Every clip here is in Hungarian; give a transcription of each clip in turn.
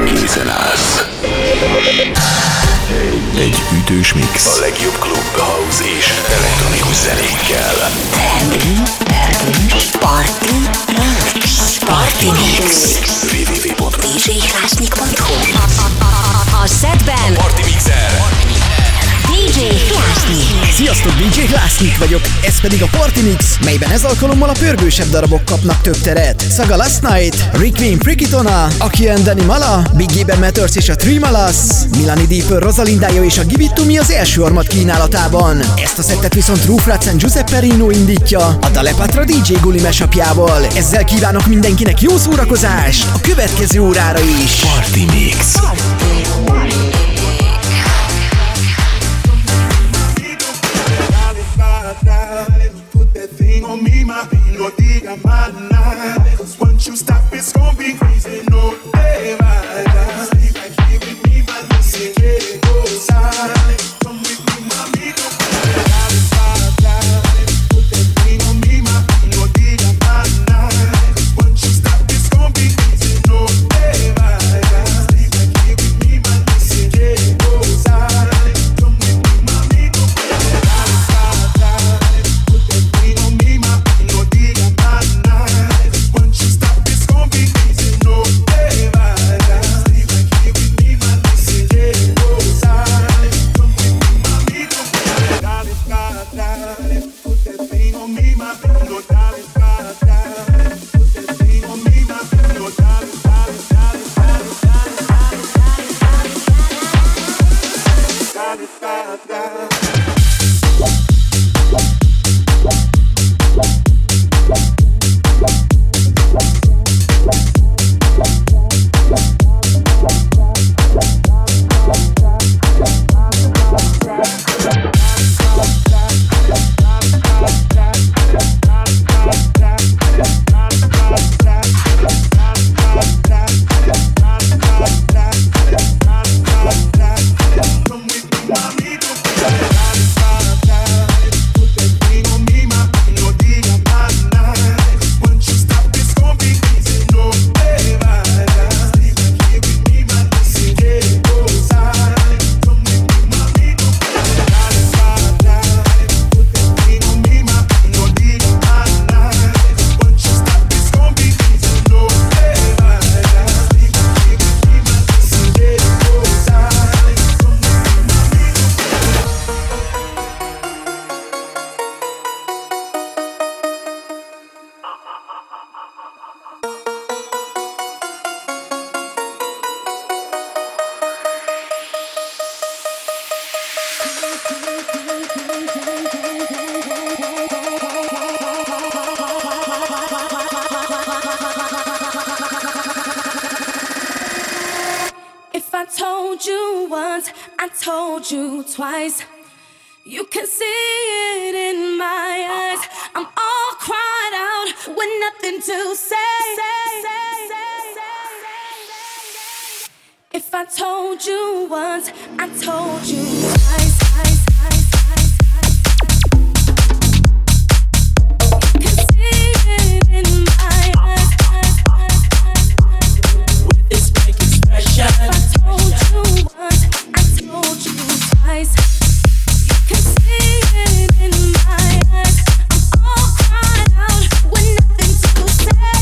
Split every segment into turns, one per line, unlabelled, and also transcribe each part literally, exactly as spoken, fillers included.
készen állsz. Egy ütős mix a legjobb klub, house és elektronikus zenékkel.
Party Mix. Party Mix.
double-u double-u double-u pont
dé dzsé Hlásnyik pont hu.
A setben
Party Mixer
dé dzsé Hlásnyik.
Sziasztok, dé dzsé Hlásnyik vagyok, ez pedig a Party Mix, melyben ez alkalommal a pörgősebb darabok kapnak több teret. Saga Last Night, Requiem Frikitona, Aki and Danny Mala, Big Eben Matters és a Trimalas, Milani Deeper Rosalindája és a Give It To Me az első harmad kínálatában. Ezt a szettet viszont Rufraz and Giuseppe Rino indítja a Dale Patra dé dzsé Guli mashup-jával. Ezzel kívánok mindenkinek jó szórakozást a következő órára is.
Party Mix.
Put that thing on me, my no diga más nada. Cause once you stop, it's gonna be crazy. No te vayas. Stay right here with me, my listen, que gozar. Come with me, mamito. Dale, dale, put that thing on me, my no diga más nada. Cause once you stop, it's gonna be crazy. No te vayas. Stay right here with me, my listen, que gozar. Come with me, mamito. Dale, dale, put that thing on me, my no diga más nada. Once you stop, it's gonna be crazy. No te vayas. Stay right here with me, my listen, que gozar. Come with me, mamito. Dale, dale, put that thing on me, my no dale, dale, put that thing on me, my no dale, dale, dale, dale, dale, dale, dale.
Twice, you can see it in my eyes. I'm all cried out with nothing to say. If I told you once, I told you twice. You can see it in my eyes. With this fake expression. If I told you once, I told you twice. You can see it in my eyes. I'm all cried out with nothing to say.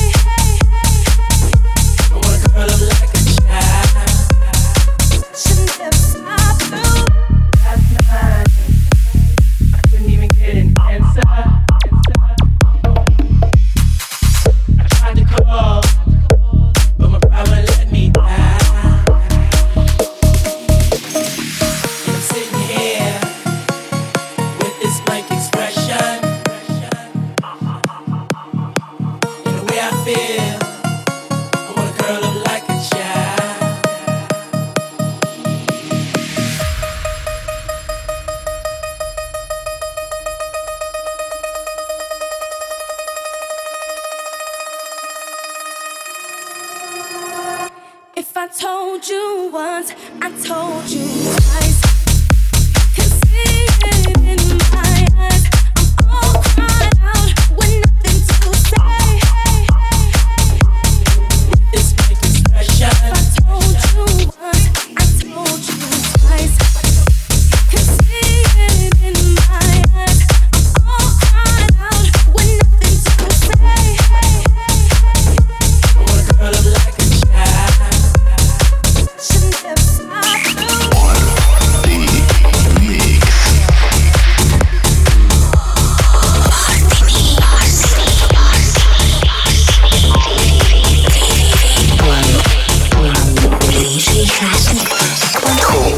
I want a girl up like a child. Should never stop through. Last night I couldn't even get an answer. I tried to call, but my pride wouldn't let me down. I'm sitting here with this blank expression, and the way I feel, I wanna curl up like a child. If I told you once, I told you twice. You can see it in my eyes. I'm all cried out with nothing to say. This fake expression. If I told you
Klashnik punkt com.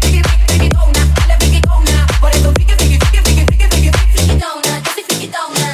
Don't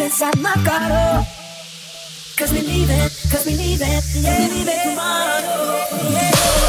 inside my car. Cause we leaving, cause we leaving, yeah, we leaving tomorrow, yeah.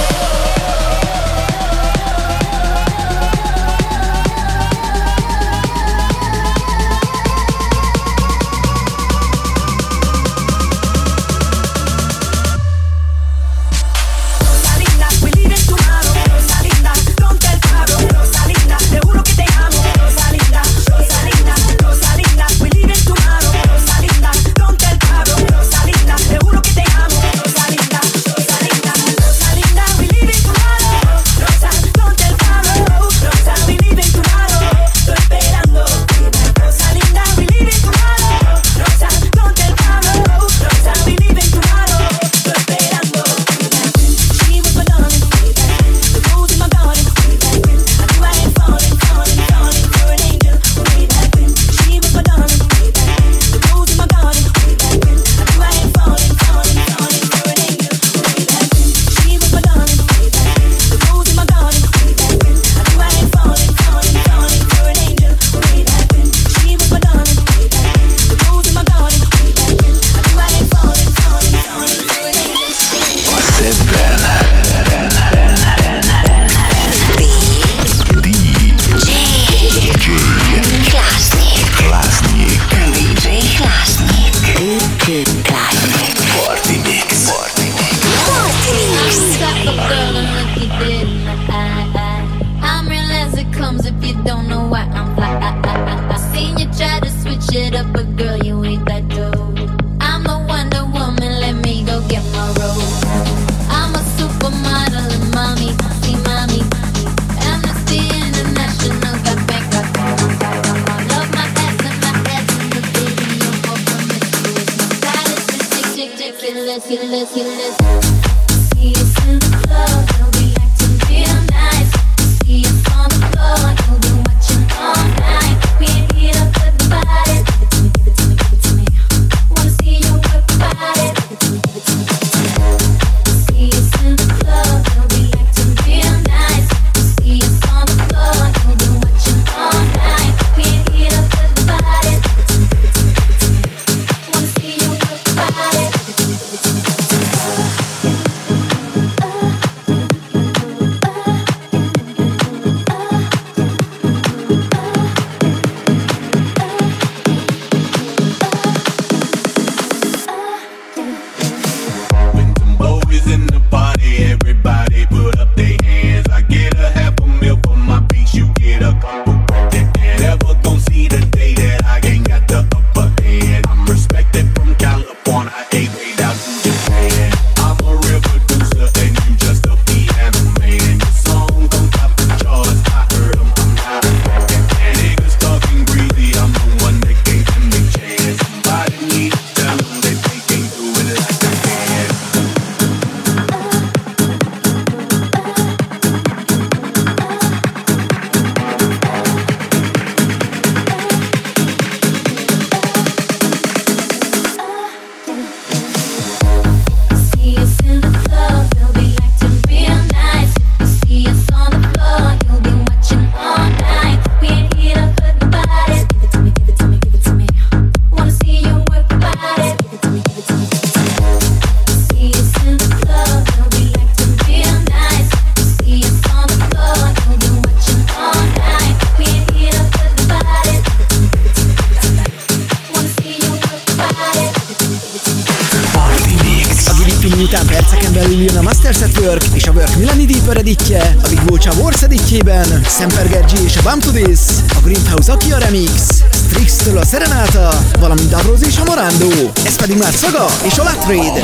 És a Work Milani Deeper editje, a Big Vulture Wars editjében, Semper G és a Bump to This, a Greenhouse Akia Remix, Strix-től a Serenata, valamint Davroz és a Morando, ez pedig már Saga és a Latrade.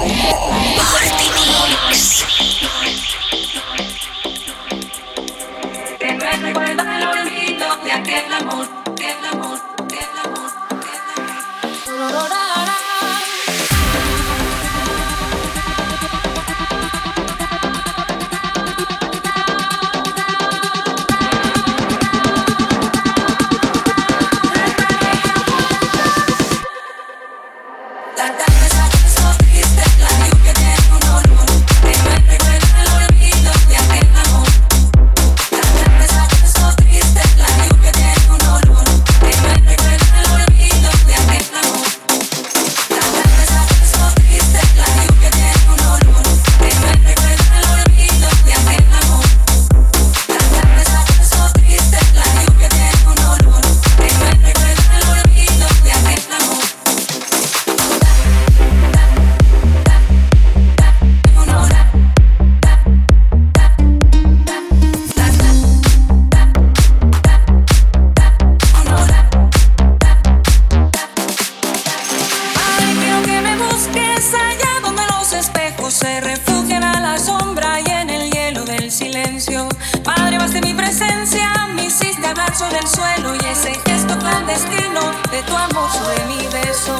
Party Mix.
La tarde se ha hecho triste, la lluvia tiene un olor. suelo y ese gesto clandestino de tu amor sobre mi beso.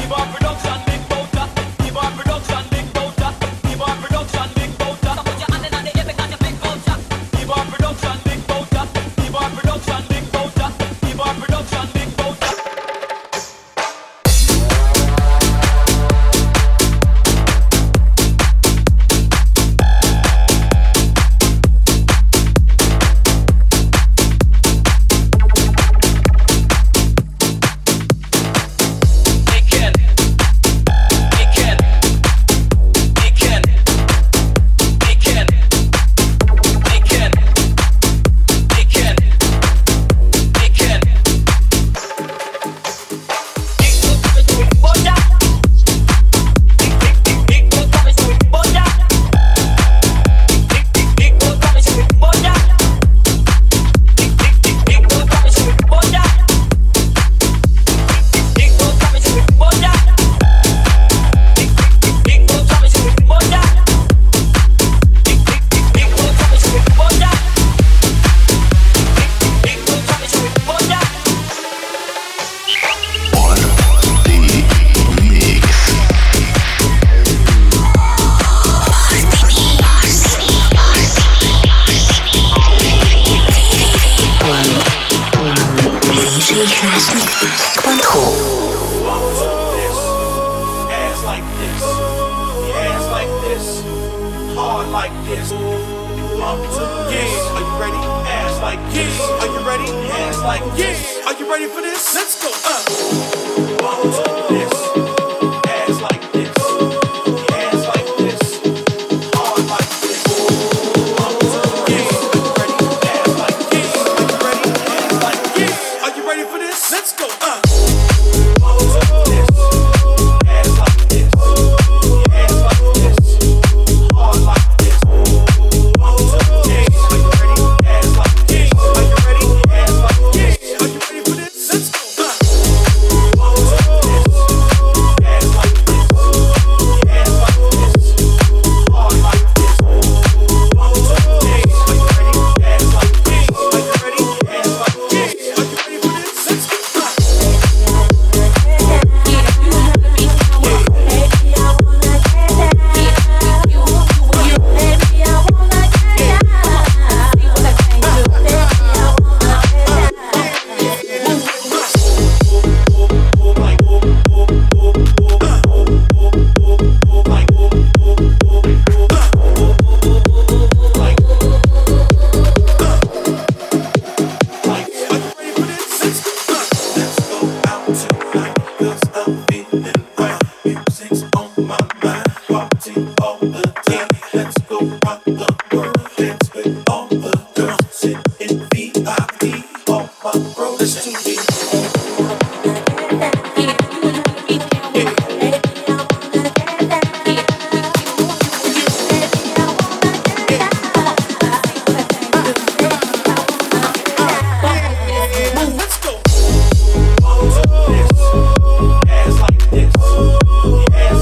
Ass like this.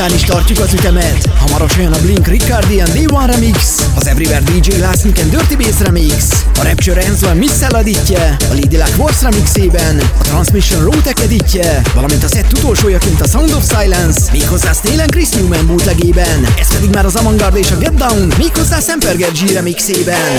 után is tartjuk az ütemet. Hamarosan a Blink Riccardi and dé one Remix, az Everywhere dé dzsé Last and Dirty Bass Remix, a Rapture Enzo Mixel editje, a Lady Luck Wars remixében, a Transmission Rotek editje, valamint a set utolsójaként a Sound of Silence, méghozzá Snail and Chris Newman bootlegében, ez pedig már az Avantgarde és a Get Down, méghozzá Semperger G remixében.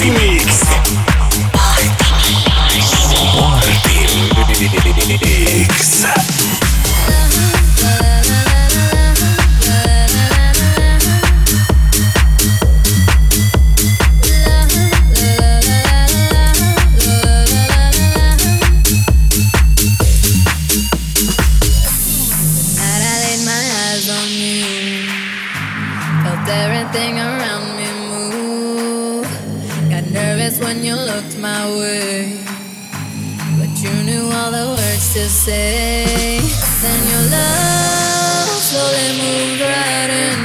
Mix. Party Mix.
Everything around me move. Got nervous when you looked my way, but you knew all the words to say. Then your love slowly moved right in.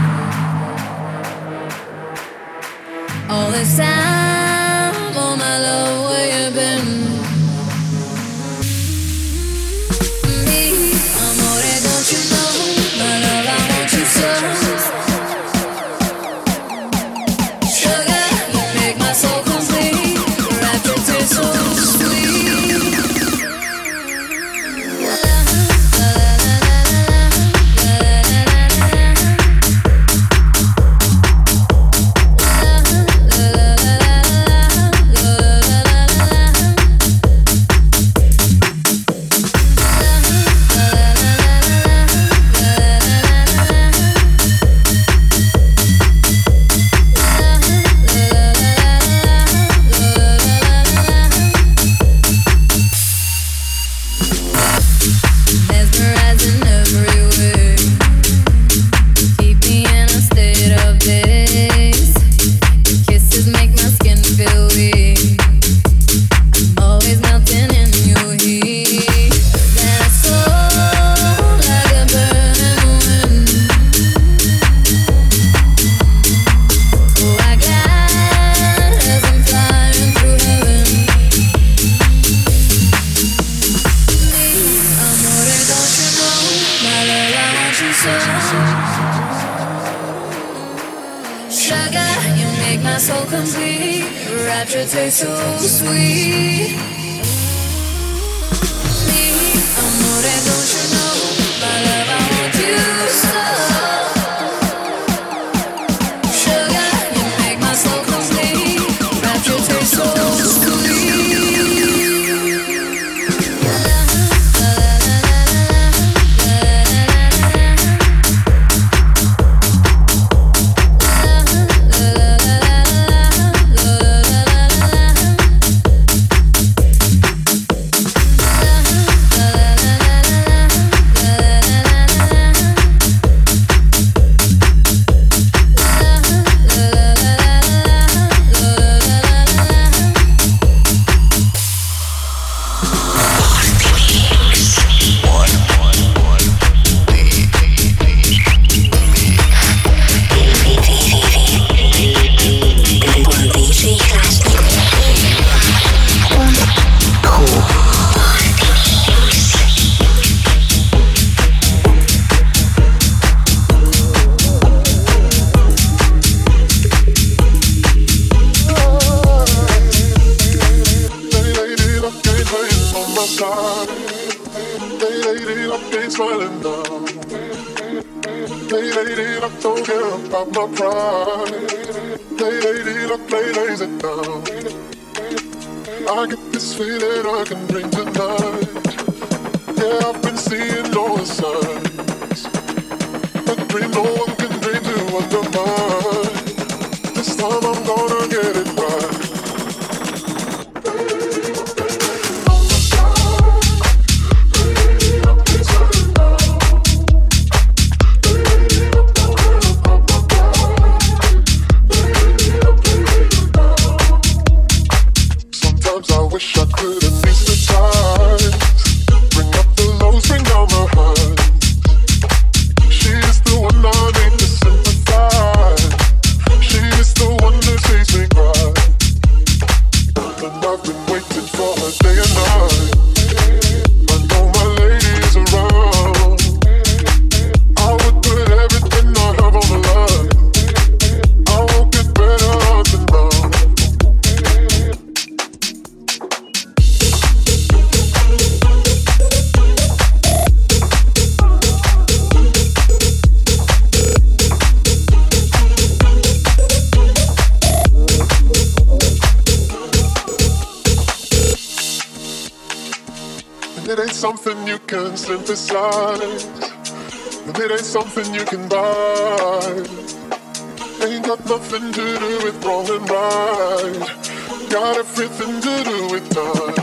All this time, oh my love, where you been? Me, amore, don't you know? My love, I want you so. So complete, rapture tastes so sweet.
it ain't something you can synthesize, and it ain't something you can buy. Ain't got nothing to do with wrong and right, got everything to do with time.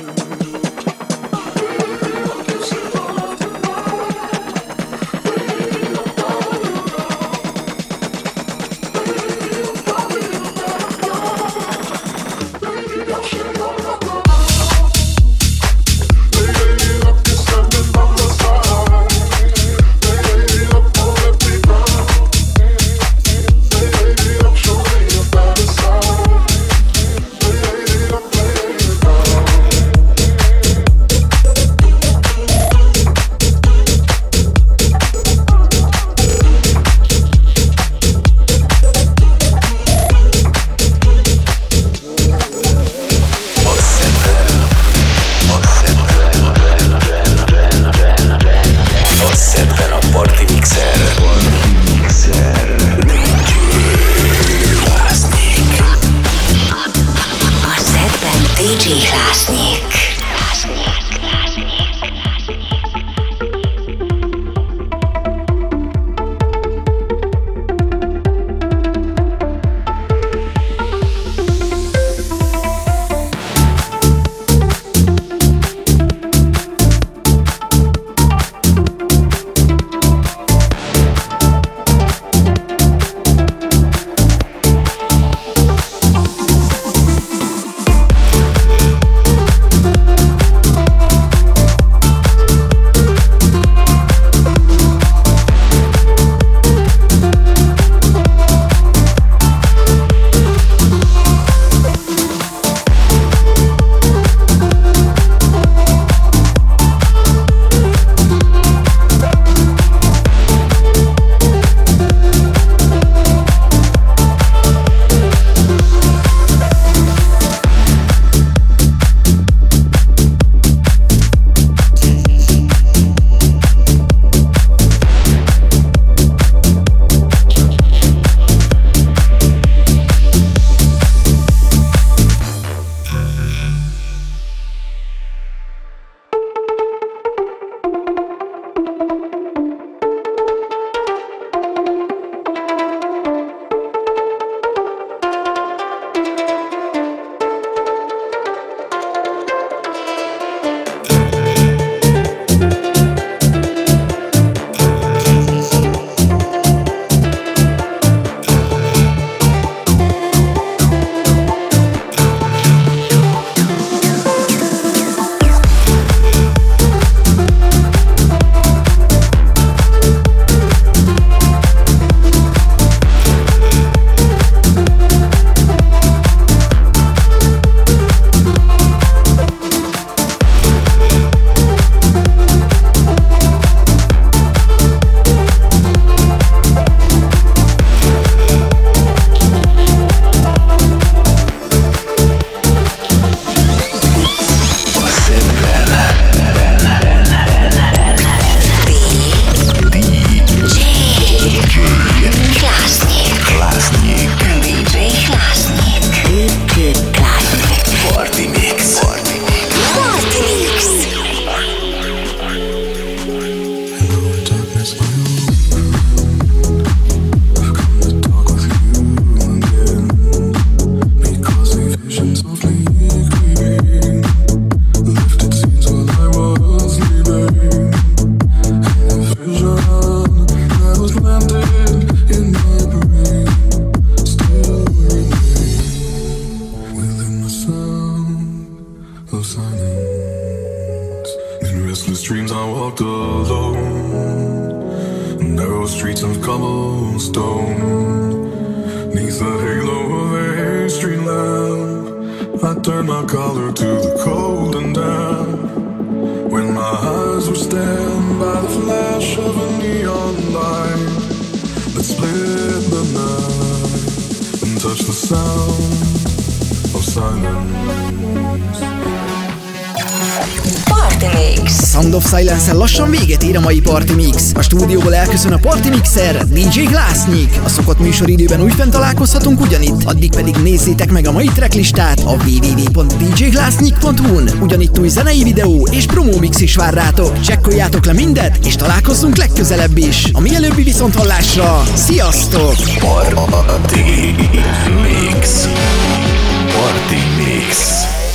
Party Mix.
Sound of Silence-en lassan véget ér a mai Party Mix. A stúdióból elköszön a Party Mixer, dé dzsé Glassnyik. A szokott műsoridőben újfent találkozhatunk ugyanitt, addig pedig nézzétek meg a mai tracklistát a double-u double-u double-u pont dé dzsé glassnyik pont hu-n. Ugyanitt új zenei videó és promó mix is vár rátok. Csekkoljátok le mindet, és találkozzunk legközelebb is. A mielőbbi viszonthallásra, sziasztok!
Party Mix. Party Mix.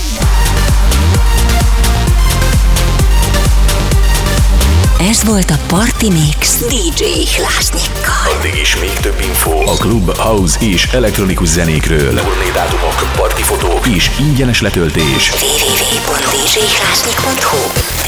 Ez volt a Party Mix dé dzsé Glassnyikkal.
Addig is még több info a klub, house és elektronikus zenékről. Turné dátumok, partifotók és ingyenes letöltés.
double-u double-u double-u pont dé dzsé glassnyik pont hu